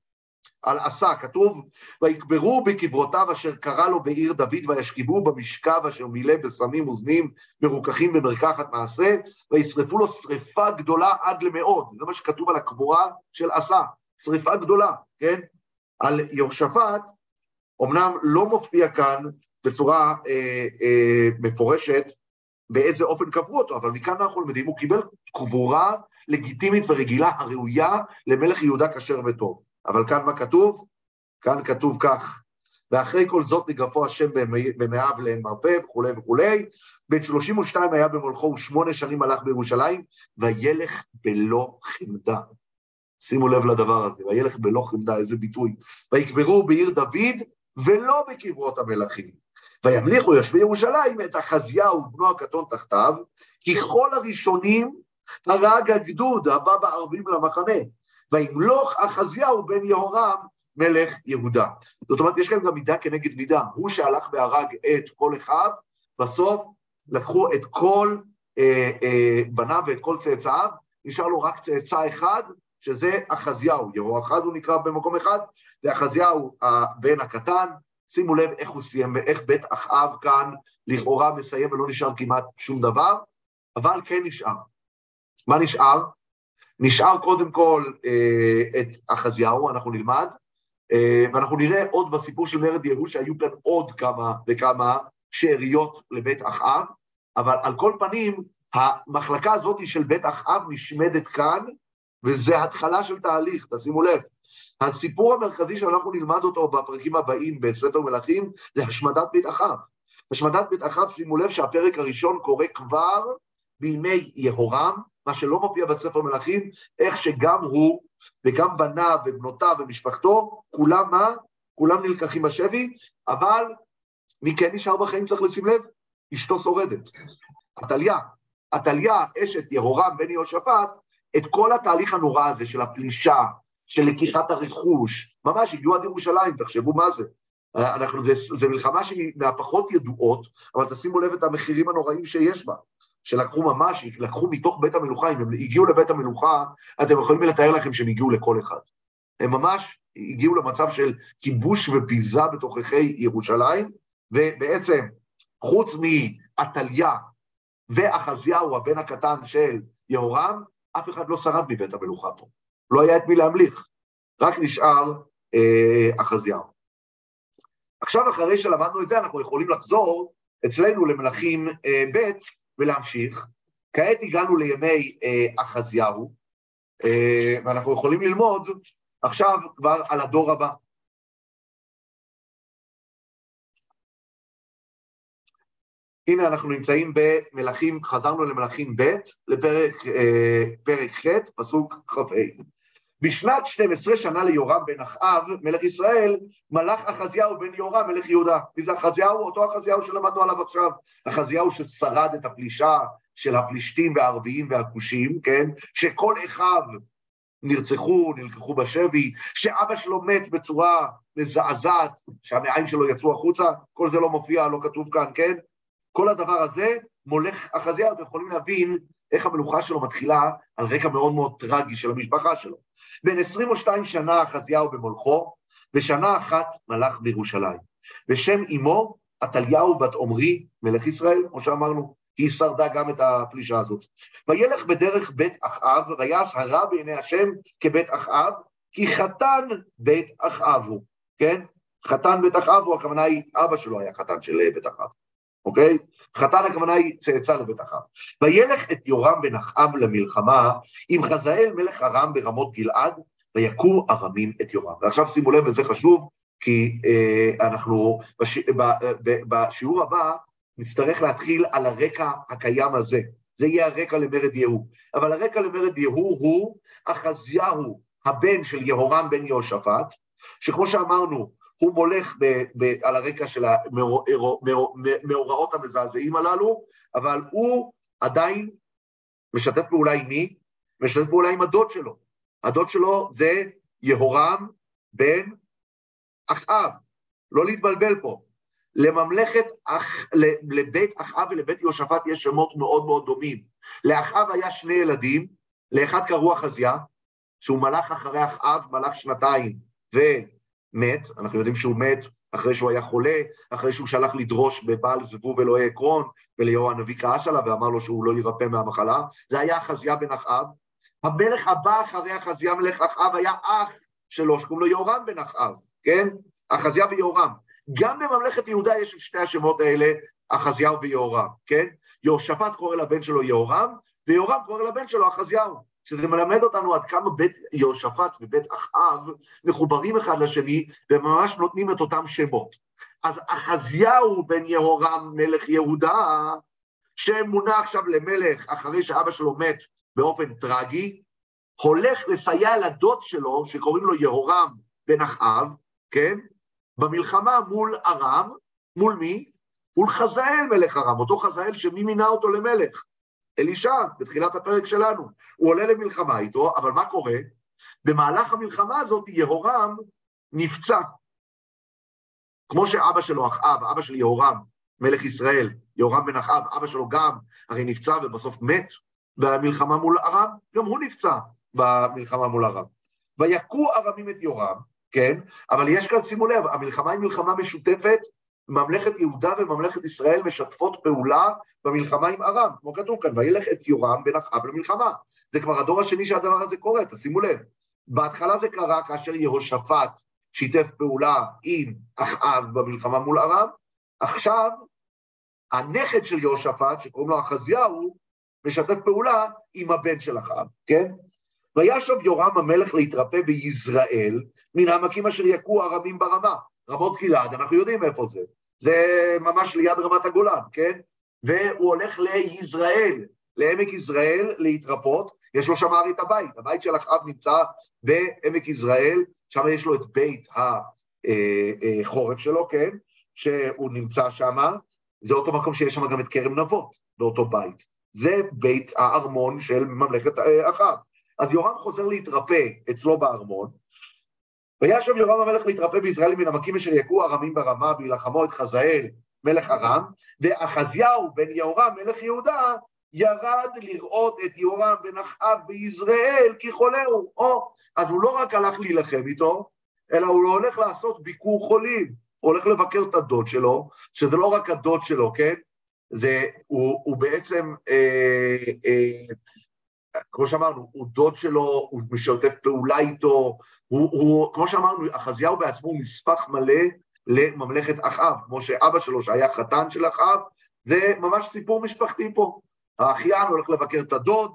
על עשה, כתוב, ויקברו בקברותיו אשר קרא לו בעיר דוד, וישכיבו במשכב אשר מילא בסמים וזנים מרוככים במרקחת מעשה, וישרפו לו שריפה גדולה עד למאוד. זה מה שכתוב על הקבורה של עשה, שריפה גדולה, כן? על יהושפט, אמנם לא מופיע כאן בצורה אה, אה, מפורשת באיזה אופן קברו אותו, אבל מכאן אנחנו למדים, הוא קיבל קבורה לגיטימית ורגילה הראויה למלך יהודה כשר וטוב. אבל כאן מה כתוב? כאן כתוב כך, ואחרי כל זאת נגפו השם במאב לאין מרפא וכו' וכו', בן שלושים ושתיים היה במולכו ושמונה שנים הלך בירושלים, וילך בלא חמדה. שימו לב לדבר הזה, וילך בלא חמדה, איזה ביטוי. ויקברו בעיר דוד, ולא בקברות המלכים. וימליכו יושבי ירושלים את אחזיהו בנו הקטון תחתיו, כי כל הראשונים הרג הגדוד הבא בערבים למחנה, וימלוך אחזיהו בן יהורם מלך יהודה. זאת אומרת, יש כאן גם מידה כנגד מידה, הוא שהלך והרג את כל אחד, בסוף לקחו את כל אה, אה, בניו ואת כל צאצאיו, נשאר לו רק צאצא אחד, שזה אחזיהו. יהואחז הוא נקרא במקום אחד, ואחזיהו הבן הקטן. שימו לב איך הוא סיים, איך בית אחאב כאן לכאורה מסיים ולא נשאר כמעט שום דבר, אבל כן נשאר. מה נשאר? נשאר קודם כל אה, את אחזיהו, אנחנו נלמד, אה, ואנחנו נראה עוד בסיפור של מרד יהוא שהיו כאן עוד כמה וכמה שאריות לבית אחאב, אבל על כל פנים המחלקה הזאת של בית אחאב נשמדת כאן, וזה התחלה של תהליך, תשימו לב. הסיפור המרכזי שאנחנו נלמד אותו בפרקים הבאים בספר מלכים, זה השמדת בית אחאב. השמדת בית אחאב, שימו לב שהפרק הראשון קורה כבר בימי יהורם, מה שלא מופיע בספר מלכים, איך שגם הוא וגם בניו ובנותיו ומשפחתו, כולם מה? כולם נלקחים בשבי, אבל מי כן נשאר בחיים צריך לשים לב? אשתו שורדת. עתליה, עתליה, אשת יהורם בן יהושפט, את כל התהליך הנורא הזה של הפלישה, של לקיחת הרכוש, ממש הגיעו עד ירושלים, תחשבו מה זה. אנחנו, זה, זה מלחמה שהיא מהפחות ידועות, אבל תשימו לב את המחירים הנוראים שיש בה. שלקחו ממש, לקחו מתוך בית המלוכה, אם הם הגיעו לבית המלוכה, אתם יכולים לתאר לכם שהם הגיעו לכל אחד. הם ממש הגיעו למצב של כיבוש וביזה בתוככי ירושלים, ובעצם חוץ מעתליה ואחזיהו, הבן הקטן של יהורם, אף אחד לא שרד מבית המלוכה פה. לא היה את מי להמליך, רק נשאר אה, אחזיהו. עכשיו אחרי שלמדנו את זה, אנחנו יכולים לחזור אצלנו למלכים אה, ב' ולהמשיך. כעת הגענו לימי אה, אחזיהו, אה, ואנחנו יכולים ללמוד עכשיו כבר על הדור הבא. הנה אנחנו נמצאים במלכים, חזרנו למלכים ב' לפרק אה, פרק ח' פסוק כ"ה. בשנת שתים עשרה שנה ליורם בן אחאב מלך ישראל, מלך אחזיהו בן יהורם מלך יהודה. וזה אחזיהו, אותו אחזיהו שלמדנו עליו עכשיו, אחזיהו ששרד את הפלישה של הפלישתים והערביים והכושים, כן? שכל אחיו נרצחו, נלקחו בשבי, שאבא שלו מת בצורה מזעזעת, שהמעיים שלו יצאו החוצה, כל זה לא מופיע, לא כתוב כאן, כן? כל הדבר הזה מולך אחזיהו, אתם יכולים להבין איך המלוכה שלו מתחילה על רקע מאוד מאוד טרגי של המשפחה שלו. בין עשרים ושתיים שנה אחזיהו במולכו, ושנה אחת מלך בירושלים. בשם אמו, עתליהו בת עומרי, מלך ישראל, כמו שאמרנו, היא שרדה גם את הפלישה הזאת. וילך בדרך בית אחאב, ויעש הרע בעיני השם כבית אחאב, כי חתן בית אחאב הוא, כן? חתן בית אחאב הוא, הכוונה היא, אבא שלו היה חתן של בית אחאב. אוקיי? חתן הכוונה היא צאצא לבית אחאב. וילך את יורם בן אחאב למלחמה עם חזאל מלך ארם ברמות גלעד, ויכו ארמים את יורם. ועכשיו שימו לב, וזה חשוב, כי אה, אנחנו בש... ב... ב... בשיעור הבא נצטרך להתחיל על הרקע הקיים הזה. זה יהיה הרקע למרד יהוא. אבל הרקע למרד יהוא הוא אחזיהו, הבן של יהורם בן יהושפט, שכמו שאמרנו, הוא מולך ב, ב, על הרקע של המאורעות המזעזעים הללו, אבל הוא עדיין משתף פעולה עם מי? משתף פעולה עם הדוד שלו. הדוד שלו זה יהורם בן אחאב. לא להתבלבל פה. לממלכת, אח, לבית אחאב ולבית יהושפט יש שמות מאוד מאוד דומים. לאחאב היה שני ילדים, לאחד קראו אחזיה, שהוא מלך אחרי אחאב, מלך שנתיים, ו... מת, אנחנו יודעים שהוא מת אחרי שהוא היה חולה, אחרי שהוא שלח לדרוש בבעל זבוב אלוהי עקרון, וליהו הנביא כעס עליו ואמר לו שהוא לא יירפא מהמחלה. זה היה אחזיה בן אחאב. המלך הבא אחרי אחזיה מלך אחאב היה אח שלו, שקוראים לו יהורם בן אחאב, כן? אחזיה ויהורם. גם בממלכת יהודה יש את שתי השמות האלה, אחזיהו ויהורם, כן? יהושפט קורא לבן שלו יהורם, ויהורם קורא לבן שלו אחזיהו. שזה מלמד אותנו עד כמה בית יהושפט ובית אחאב מחוברים אחד לשני, וממש נותנים את אותם שמות. אז אחזיהו בן יהורם מלך יהודה, שמונה עכשיו למלך אחרי שאבא שלו מת באופן טרגי, הולך לסייע לדוד שלו, שקוראים לו יהורם בן אחאב, כן? במלחמה מול ארם, מול מי? מול חזאל מלך ארם, אותו חזאל שמי מינה אותו למלך. אלישע, בתחילת הפרק שלנו, הוא עולה למלחמה איתו, אבל מה קורה? במהלך המלחמה הזאת, יהורם נפצע. כמו שאבא שלו, אחאב, אבא של יהורם, מלך ישראל, יהורם בן אחאב, אבא שלו גם, הרי נפצע ובסוף מת במלחמה מול ארם, גם הוא נפצע במלחמה מול ארם. ויכו ארמים את יהורם, כן? אבל יש כאן, שימו לב, המלחמה היא מלחמה משותפת, ממלכת יהודה וממלכת ישראל משתפות פעולה במלחמה עם ארם, כמו כתוב כאן, וילך את יורם בן אחאב למלחמה. זה כבר הדור השני שהדבר הזה קורה, תשימו לב. בהתחלה זה קרה כאשר יהושפט שיתף פעולה עם אחאב במלחמה מול ארם, עכשיו הנכד של יהושפט, שקוראים לו אחזיהו, משתף פעולה עם הבן של אחאב, כן? וישב יורם המלך להתרפא ביזרעאל, מן העמקים אשר יכו ארמים ברמה. רמות גלעד, אנחנו יודעים איפה זה. זה ממש ליד רמת הגולן, כן? והוא הולך ליזרעאל, לעמק יזרעאל, להתרפות. יש לו שם הרי הבית. הבית של אחאב נמצא בעמק יזרעאל, שם יש לו את בית החורף שלו, כן? שהוא נמצא שם. זה אותו מקום שיש שם גם את כרם נבות, באותו בית. זה בית הארמון של ממלכת אחאב. אז יורם חוזר להתרפא אצלו בארמון, וישב יורם המלך להתרפא בישראל מן עמקים אשר יכו ארמים ברמה, וילחמו את חזאל מלך ארם, ואחזיהו בן יהורם מלך יהודה ירד לראות את יהורם בן אחאב ביזרעאל כי חולהו. או, אז הוא לא רק הלך להילחם איתו, אלא הוא הולך לעשות ביקור חולים, הוא הולך לבקר את הדוד שלו, שזה לא רק הדוד שלו, כן? זה, הוא, הוא בעצם, אה, אה, כמו שאמרנו, הוא דוד שלו, הוא משתף פעולה איתו, הוא, הוא, כמו שאמרנו, אחזיהו בעצמו הוא נספח מלא לממלכת אחאב, כמו שאבא שלו שהיה חתן של אחאב, זה ממש סיפור משפחתי פה. האחיין הולך לבקר את הדוד,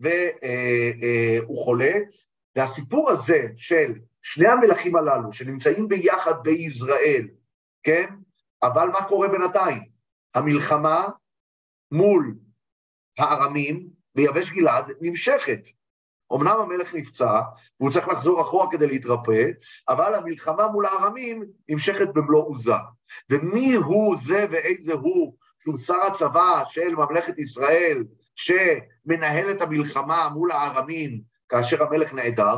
והוא חולה, והסיפור הזה של שני המלכים הללו, שנמצאים ביחד ביזרעאל, כן? אבל מה קורה בינתיים? המלחמה מול הארמים ביבש גלעד נמשכת. אמנם המלך נפצע, והוא צריך לחזור אחורה כדי להתרפא, אבל המלחמה מול הארמים נמשכת במלוא עוזה. ומי הוא זה ואיזה הוא, שהוא שר הצבא של ממלכת ישראל, שמנהל את המלחמה מול הארמים, כאשר המלך נעדר?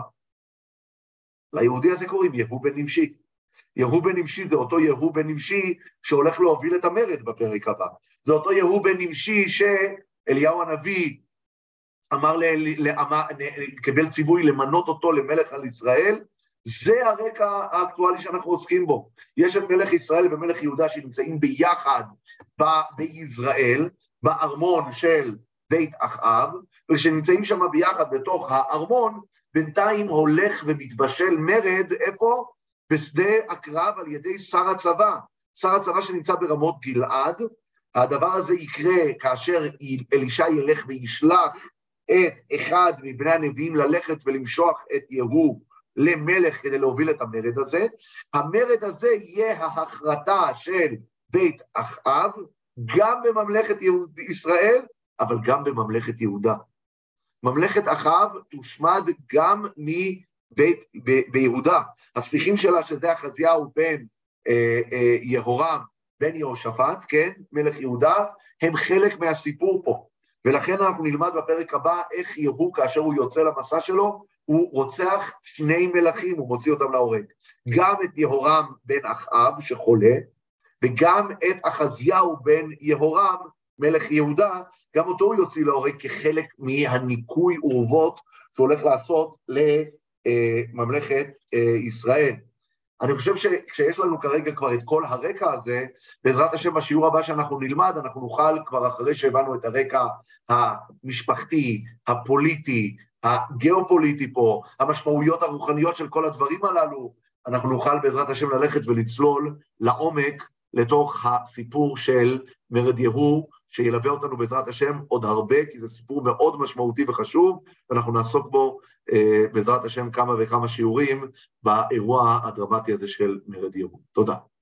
ליהודי הזה קוראים יהוא בן נמשי. יהוא בן נמשי זה אותו יהוא בן נמשי שהולך להוביל את המרד בפרק הבא. זה אותו יהוא בן נמשי שאליהו הנביא אמר, קיבל ציווי למנות אותו למלך על ישראל. זה הרקע האקטואלי שאנחנו עוסקים בו. יש את מלך ישראל ומלך יהודה שנמצאים ביחד ביזרעאל, בארמון של בית אחאב, וכשנמצאים שם ביחד בתוך הארמון, בינתיים הולך ומתבשל מרד, איפה? בשדה הקרב על ידי שר הצבא. שר הצבא שנמצא ברמות גלעד. הדבר הזה יקרה כאשר אלישע ילך וישלח את אחד מבני הנביאים ללכת ולמשוח את יהוא למלך כדי להוביל את המרד הזה. המרד הזה יהיה ההחרטה של בית אחאב, גם בממלכת ישראל, אבל גם בממלכת יהודה. ממלכת אחאב תושמד גם מבית, ב, ביהודה. הספיחים שלה, שזה אחזיהו בן אה, אה, יהורם, בן יהושפט, כן, מלך יהודה, הם חלק מהסיפור פה. ולכן אנחנו נלמד בפרק הבא איך יהוא, כאשר הוא יוצא למסע שלו, הוא רוצח שני מלכים, הוא מוציא אותם להורג. גם את יהורם בן אחאב שחולה, וגם את אחזיהו בן יהורם, מלך יהודה, גם אותו הוא יוציא להורג כחלק מהניקוי אורוות שהוא הולך לעשות לממלכת ישראל. אני חושב שכשיש לנו כרגע כבר את כל הרקע הזה, בעזרת השם בשיעור הבא שאנחנו נלמד, אנחנו נוכל כבר אחרי שהבנו את הרקע המשפחתי, הפוליטי, הגיאופוליטי פה, המשמעויות הרוחניות של כל הדברים הללו, אנחנו נוכל בעזרת השם ללכת ולצלול לעומק לתוך הסיפור של מרד יהוא, שילווה אותנו בעזרת השם עוד הרבה, כי זה סיפור מאוד משמעותי וחשוב, ואנחנו נעסוק בו אה, בעזרת השם כמה וכמה שיעורים באירוע הדרמטי הזה של מרד יהוא. תודה.